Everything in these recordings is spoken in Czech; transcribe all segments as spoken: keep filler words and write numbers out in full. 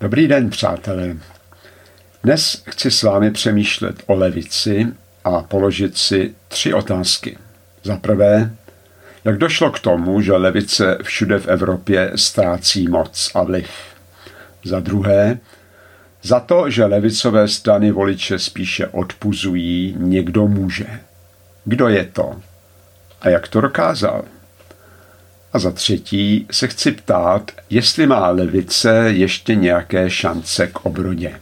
Dobrý den, přátelé. Dnes chci s vámi přemýšlet o levici a položit si tři otázky. Za prvé, jak došlo k tomu, že levice všude v Evropě ztrácí moc a vliv. Za druhé, za to, že levicové strany voliče spíše odpuzují, někdo může. Kdo je to? A jak to dokázal? A za třetí se chci ptát, jestli má levice ještě nějaké šance k obrodě.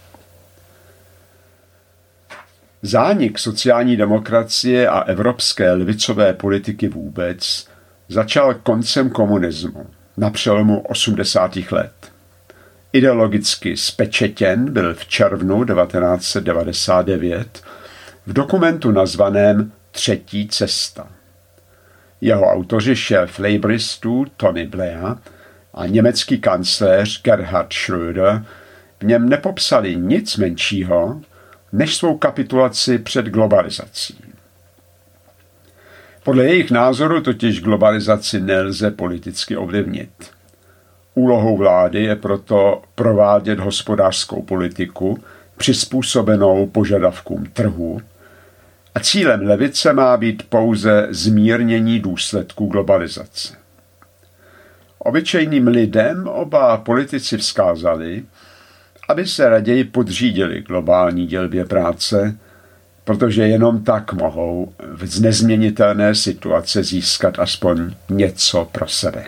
Zánik sociální demokracie a evropské levicové politiky vůbec začal koncem komunismu na přelomu osmdesátých let. Ideologicky spečetěn byl v červnu devatenáct set devadesát devět v dokumentu nazvaném Třetí cesta. Jeho autoři šéf labouristů Tony Blair a německý kancléř Gerhard Schröder v něm nepopsali nic menšího než svou kapitulaci před globalizací. Podle jejich názoru totiž globalizaci nelze politicky ovlivnit. Úlohou vlády je proto provádět hospodářskou politiku přizpůsobenou požadavkům trhu a cílem levice má být pouze zmírnění důsledků globalizace. Obyčejným lidem oba politici vzkázali, aby se raději podřídili globální dělbě práce, protože jenom tak mohou z nezměnitelné situace získat aspoň něco pro sebe.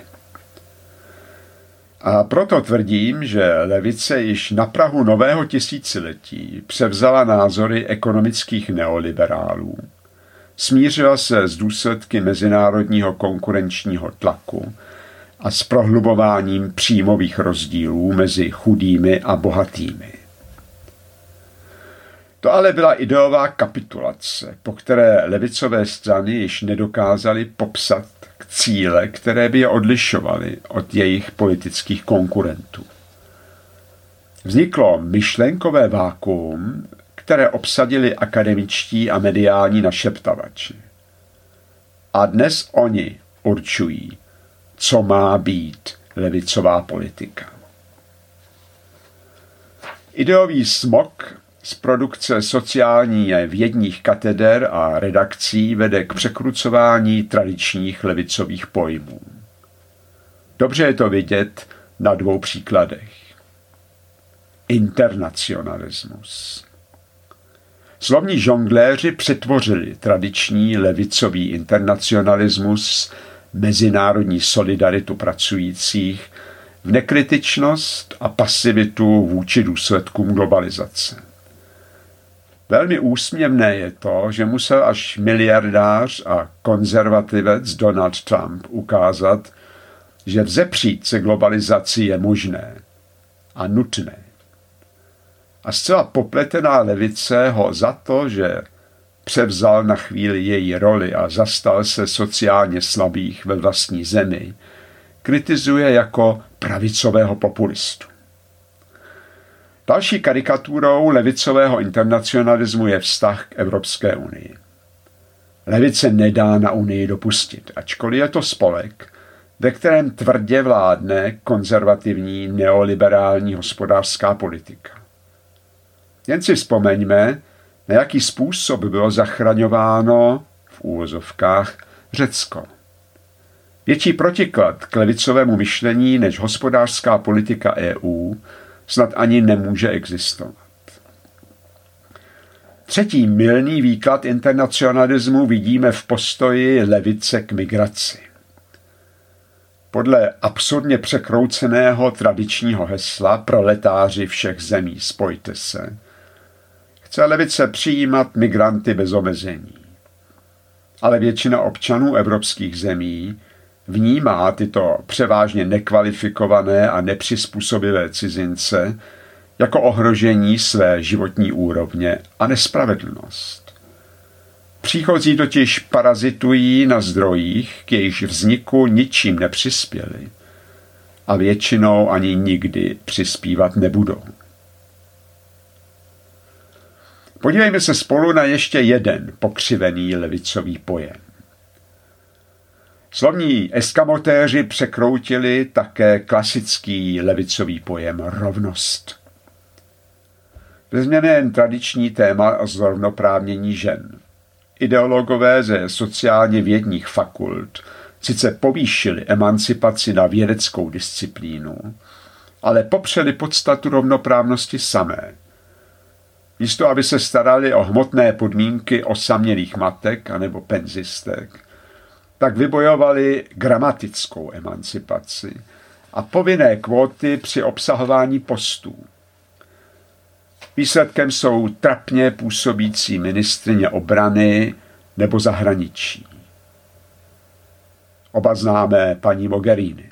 A proto tvrdím, že levice již na prahu nového tisíciletí převzala názory ekonomických neoliberálů, smířila se s důsledky mezinárodního konkurenčního tlaku a s prohlubováním příjmových rozdílů mezi chudými a bohatými. To ale byla ideová kapitulace, po které levicové strany již nedokázaly popsat cíle, které by je odlišovaly od jejich politických konkurentů. Vzniklo myšlenkové vákuum, které obsadili akademičtí a mediální našeptavači. A dnes oni určují, co má být levicová politika. Ideový smog z produkce sociální vědních kateder a redakcí vede k překrucování tradičních levicových pojmů. Dobře je to vidět na dvou příkladech. Internacionalismus. Slovní žongléři přetvořili tradiční levicový internacionalismus, mezinárodní solidaritu pracujících, v nekritičnost a pasivitu vůči důsledkům globalizace. Velmi úsměvné je to, že musel až miliardář a konzervativec Donald Trump ukázat, že vzepřít se globalizaci je možné a nutné. A zcela popletená levice ho za to, že převzal na chvíli její roli a zastal se sociálně slabých ve vlastní zemi, kritizuje jako pravicového populistu. Další karikaturou levicového internacionalismu je vztah k Evropské unii. Levice nedá na unii dopustit, ačkoliv je to spolek, ve kterém tvrdě vládne konzervativní neoliberální hospodářská politika. Jen si vzpomeňme, na jaký způsob bylo zachraňováno v úvozovkách Řecko. Větší protiklad k levicovému myšlení než hospodářská politika E U snad ani nemůže existovat. Třetí mylný výklad internacionalismu vidíme v postoji levice k migraci. Podle absurdně překrouceného tradičního hesla proletáři všech zemí spojte se, chce levice přijímat migranty bez omezení. Ale většina občanů evropských zemí vnímá tyto převážně nekvalifikované a nepřizpůsobivé cizince jako ohrožení své životní úrovně a nespravedlnost. Příchozí totiž parazitují na zdrojích, k jejichž vzniku ničím nepřispěli a většinou ani nikdy přispívat nebudou. Podívejme se spolu na ještě jeden pokřivený levicový pojem. Slovní eskamotéři překroutili také klasický levicový pojem rovnost. Vezměme jen tradiční téma zrovnoprávnění žen. Ideologové ze sociálně vědních fakult sice povýšili emancipaci na vědeckou disciplínu, ale popřeli podstatu rovnoprávnosti samé. Místo, aby se starali o hmotné podmínky osamělých matek anebo penzistek, tak vybojovali gramatickou emancipaci a povinné kvóty při obsahování postů. Výsledkem jsou trapně působící ministryně obrany nebo zahraničí. Oba známé paní Mogherini.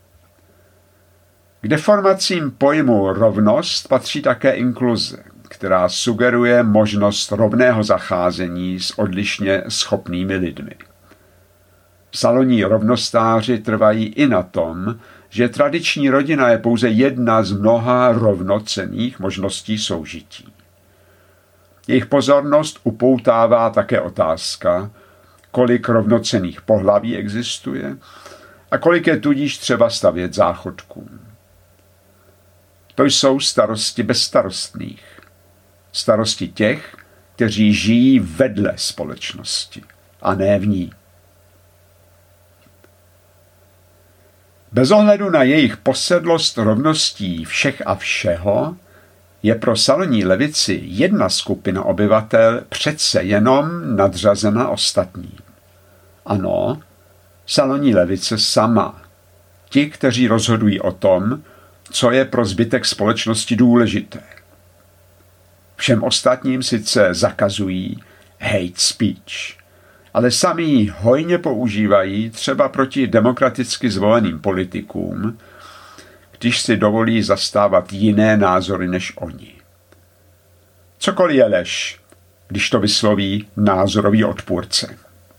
K deformacím pojmu rovnost patří také inkluze, která sugeruje možnost rovného zacházení s odlišně schopnými lidmi. Salonní rovnostáři trvají i na tom, že tradiční rodina je pouze jedna z mnoha rovnocenných možností soužití. Jejich pozornost upoutává také otázka, kolik rovnocenných pohlaví existuje a kolik je tudíž třeba stavět záchodků. To jsou starosti bezstarostných. Starosti těch, kteří žijí vedle společnosti a ne v ní. Bez ohledu na jejich posedlost rovností všech a všeho je pro salonní levici jedna skupina obyvatel přece jenom nadřazena ostatním. Ano, salonní levice sama. Ti, kteří rozhodují o tom, co je pro zbytek společnosti důležité. Všem ostatním sice zakazují hate speech, ale sami ji hojně používají třeba proti demokraticky zvoleným politikům, když si dovolí zastávat jiné názory než oni. Cokoliv je lež, když to vysloví názorový odpůrce.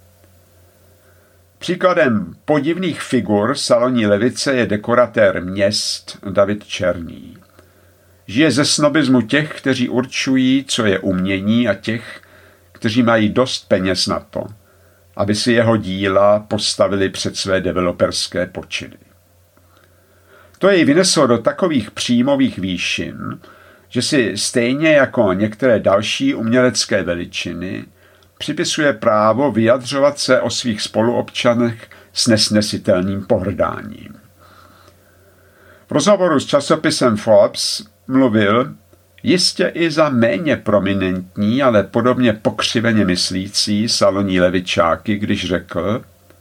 Příkladem podivných figur salonní levice je dekoratér měst David Černý. Žije ze snobismu těch, kteří určují, co je umění, a těch, kteří mají dost peněz na to, aby si jeho díla postavili před své developerské počiny. To jej vyneslo do takových příjmových výšin, že si stejně jako některé další umělecké veličiny připisuje právo vyjadřovat se o svých spoluobčanech s nesnesitelným pohrdáním. V rozhovoru s časopisem Forbes mluvil jistě i za méně prominentní, ale podobně pokřiveně myslící salonní levičáky, když řekl: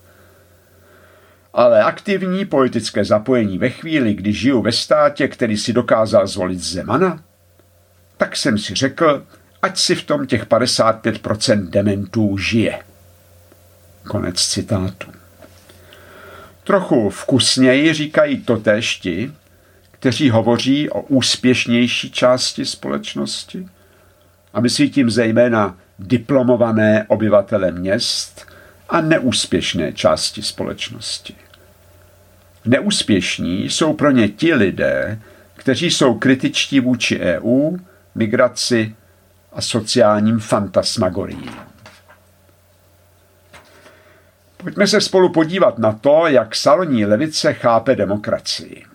ale aktivní politické zapojení ve chvíli, kdy žiju ve státě, který si dokázal zvolit Zemana, tak jsem si řekl, ať si v tom těch padesát pět procent dementů žije. Konec citátu. Trochu vkusněji říkají totéž ti, kteří hovoří o úspěšnější části společnosti a myslí tím zejména diplomované obyvatele měst a neúspěšné části společnosti. Neúspěšní jsou pro ně ti lidé, kteří jsou kritičtí vůči E U, migraci a sociálním fantasmagoriím. Pojďme se spolu podívat na to, jak salonní levice chápe demokracii.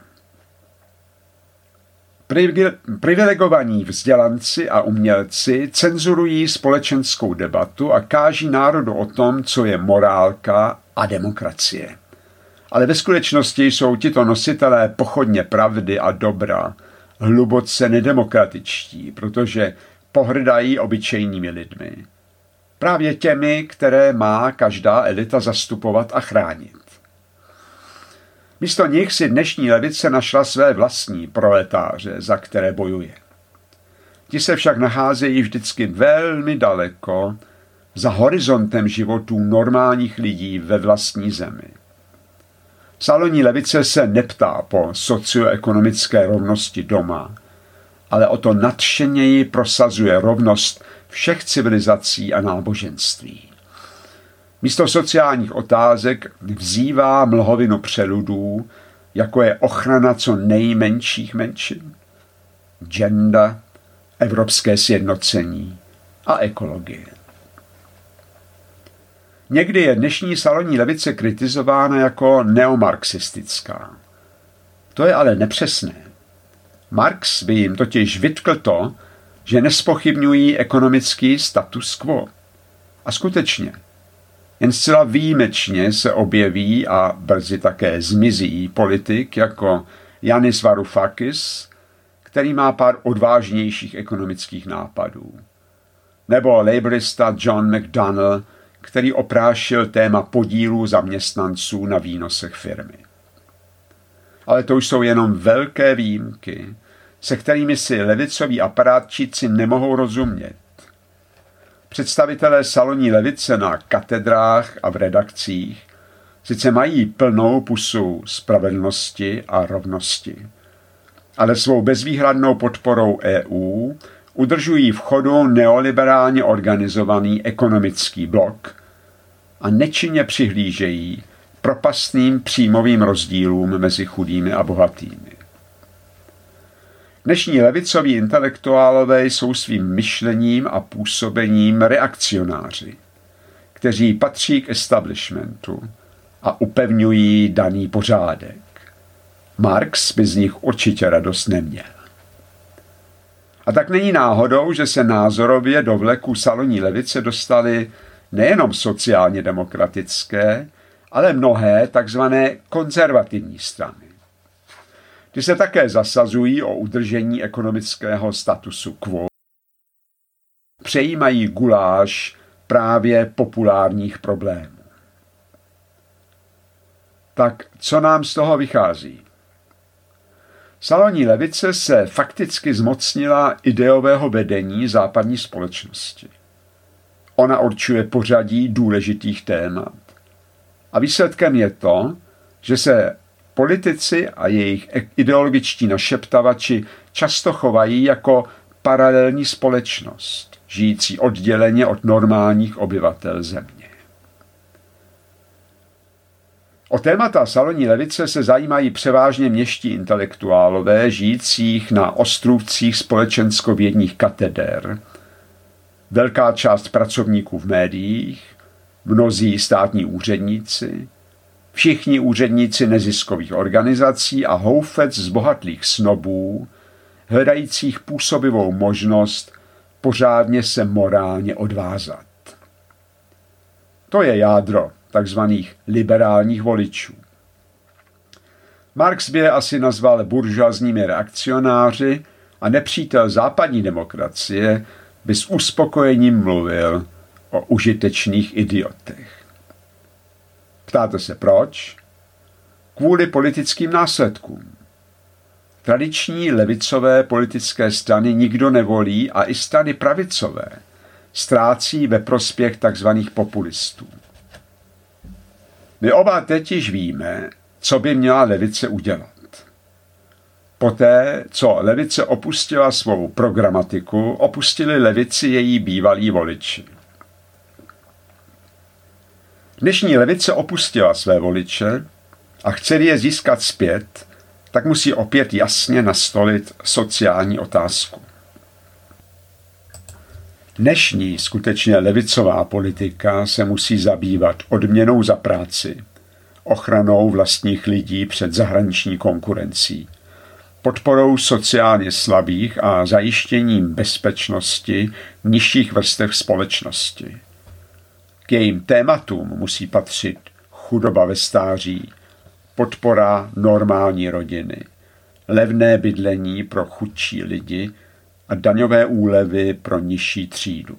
Privilegovaní vzdělanci a umělci cenzurují společenskou debatu a káží národu o tom, co je morálka a demokracie. Ale ve skutečnosti jsou tito nositelé pochodně pravdy a dobra hluboce nedemokratičtí, protože pohrdají obyčejnými lidmi. Právě těmi, které má každá elita zastupovat a chránit. Místo nich si dnešní levice našla své vlastní proletáře, za které bojuje. Ti se však nacházejí vždycky velmi daleko za horizontem životů normálních lidí ve vlastní zemi. Salonní levice se neptá po socioekonomické rovnosti doma, ale o to nadšeněji prosazuje rovnost všech civilizací a náboženství. Místo sociálních otázek vzývá mlhovinu přeludů, jako je ochrana co nejmenších menšin, gender, evropské sjednocení a ekologie. Někdy je dnešní salonní levice kritizována jako neomarxistická. To je ale nepřesné. Marx by jim totiž vytkl to, že nespochybňují ekonomický status quo. A skutečně, jen zcela výjimečně se objeví a brzy také zmizí politik jako Yanis Varoufakis, který má pár odvážnějších ekonomických nápadů. Nebo labourista John McDonnell, který oprášil téma podílu zaměstnanců na výnosech firmy. Ale to jsou jenom velké výjimky, se kterými si levicoví aparátčíci nemohou rozumět. Představitelé salonní levice na katedrách a v redakcích sice mají plnou pusu spravedlnosti a rovnosti, ale svou bezvýhradnou podporou E U udržují v chodu neoliberálně organizovaný ekonomický blok a nečinně přihlížejí propastným příjmovým rozdílům mezi chudými a bohatými. Dnešní levicoví intelektuálové jsou svým myšlením a působením reakcionáři, kteří patří k establishmentu a upevňují daný pořádek. Marx by z nich určitě radost neměl. A tak není náhodou, že se názorově do vleku salonní levice dostaly nejenom sociálně demokratické, ale mnohé takzvané konzervativní strany. Ty se také zasazují o udržení ekonomického statusu quo. Přejímají guláš právě populárních problémů. Tak co nám z toho vychází? Salonní levice se fakticky zmocnila ideového vedení západní společnosti. Ona určuje pořadí důležitých témat. A výsledkem je to, že se politici a jejich ideologičtí našeptavači často chovají jako paralelní společnost, žijící odděleně od normálních obyvatel země. O témata salonní levice se zajímají převážně městští intelektuálové žijících na ostrůvcích společenskovědních kateder, velká část pracovníků v médiích, mnozí státní úředníci, všichni úředníci neziskových organizací a houfec zbohatlých snobů, hledajících působivou možnost pořádně se morálně odvázat. To je jádro takzvaných liberálních voličů. Marx by je asi nazval buržoazními reakcionáři a nepřítel západní demokracie by s uspokojením mluvil o užitečných idiotech. Ptáte se proč? Kvůli politickým následkům. Tradiční levicové politické strany nikdo nevolí a i strany pravicové ztrácí ve prospěch takzvaných populistů. My oba teď již víme, co by měla levice udělat. Poté, co levice opustila svou programatiku, opustili levici její bývalí voliči. Dnešní levice opustila své voliče a chce je získat zpět, tak musí opět jasně nastolit sociální otázku. Dnešní skutečně levicová politika se musí zabývat odměnou za práci, ochranou vlastních lidí před zahraniční konkurencí, podporou sociálně slabých a zajištěním bezpečnosti nižších vrstev společnosti. K jejím tématům musí patřit chudoba ve stáří, podpora normální rodiny, levné bydlení pro chudší lidi a daňové úlevy pro nižší třídu.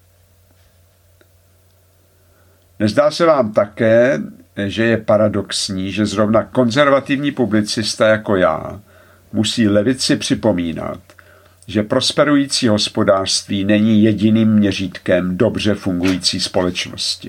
Nezdá se vám také, že je paradoxní, že zrovna konzervativní publicista jako já musí levici připomínat, že prosperující hospodářství není jediným měřítkem dobře fungující společnosti.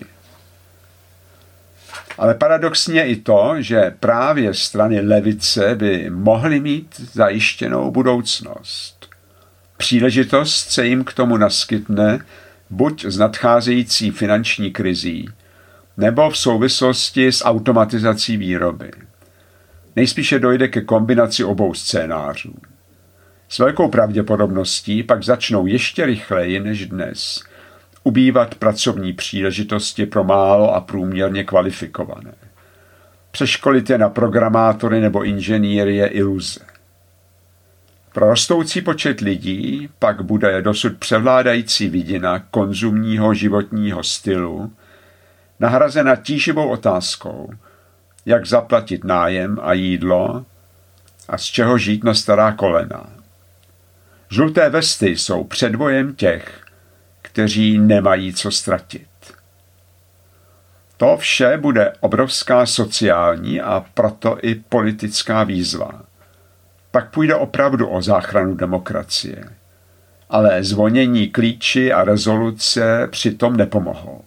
Ale paradoxně i to, že právě strany levice by mohly mít zajištěnou budoucnost. Příležitost se jim k tomu naskytne buď z nadcházející finanční krizí, nebo v souvislosti s automatizací výroby. Nejspíše dojde ke kombinaci obou scénářů. S velkou pravděpodobností pak začnou ještě rychleji než dnes ubývat pracovní příležitosti pro málo a průměrně kvalifikované. Přeškolit je na programátory nebo inženýry je iluze. Pro rostoucí počet lidí pak bude dosud převládající vidina konzumního životního stylu nahrazena tíživou otázkou, jak zaplatit nájem a jídlo a z čeho žít na stará kolena. Žluté vesty jsou předvojem těch, kteří nemají co ztratit. To vše bude obrovská sociální a proto i politická výzva. Pak půjde opravdu o záchranu demokracie. Ale zvonění klíči a rezoluce přitom nepomohou.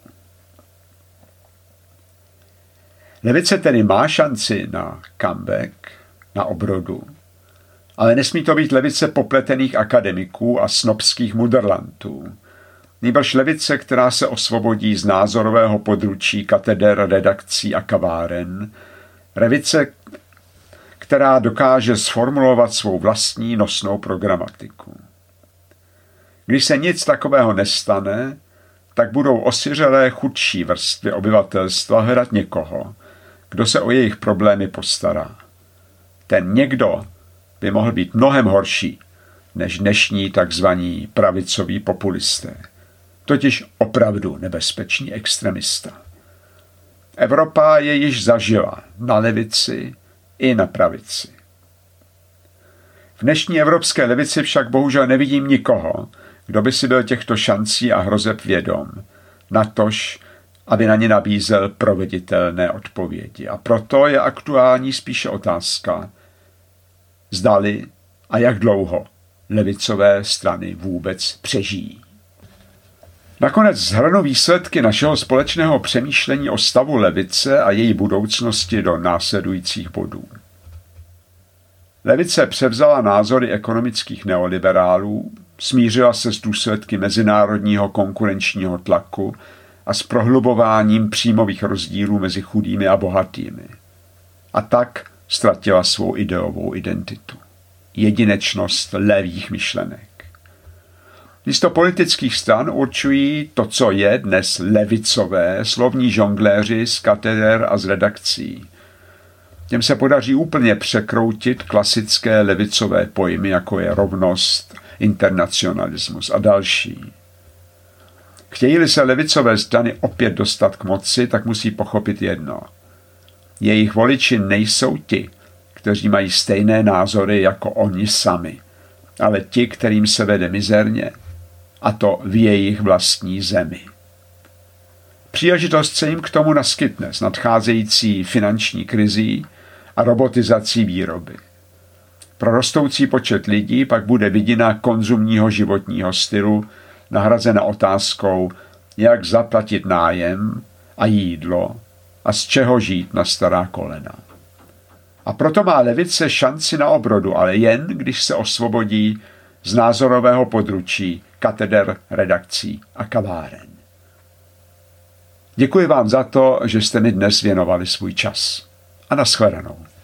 Levice tedy má šanci na comeback, na obrodu, ale nesmí to být levice popletených akademiků a snobských mudrlantů. Nýbrž levice, která se osvobodí z názorového područí kateder, redakcí a kaváren. Levice, která dokáže sformulovat svou vlastní nosnou programatiku. Když se nic takového nestane, tak budou osiřelé chudší vrstvy obyvatelstva hledat někoho, kdo se o jejich problémy postará. Ten někdo by mohl být mnohem horší než dnešní takzvaní pravicoví populisté. Totiž opravdu nebezpečný extremista. Evropa je již zažila na levici i na pravici. V dnešní evropské levici však bohužel nevidím nikoho, kdo by si byl těchto šancí a hrozeb vědom, natož, aby na ně nabízel proveditelné odpovědi. A proto je aktuální spíše otázka, zdali a jak dlouho levicové strany vůbec přežijí. Nakonec shrnu výsledky našeho společného přemýšlení o stavu levice a její budoucnosti do následujících bodů. Levice převzala názory ekonomických neoliberálů, smířila se s důsledky mezinárodního konkurenčního tlaku a s prohlubováním příjmových rozdílů mezi chudými a bohatými. A tak ztratila svou ideovou identitu. Jedinečnost levých myšlenek. Místo politických stran určují to, co je dnes levicové, slovní žongléři z kateder a z redakcí. Těm se podaří úplně překroutit klasické levicové pojmy, jako je rovnost, internacionalismus a další. Chtějí-li se levicové strany opět dostat k moci, tak musí pochopit jedno. Jejich voliči nejsou ti, kteří mají stejné názory jako oni sami, ale ti, kterým se vede mizerně, a to v jejich vlastní zemi. Příležitost se jim k tomu naskytne s nadcházející finanční krizí a robotizací výroby. Pro rostoucí počet lidí pak bude vidina konzumního životního stylu nahrazena otázkou, jak zaplatit nájem a jídlo a z čeho žít na stará kolena. A proto má levice šanci na obrodu, ale jen, když se osvobodí z názorového područí kateder, redakcí a kaváren. Děkuji vám za to, že jste mi dnes věnovali svůj čas. A nashledanou.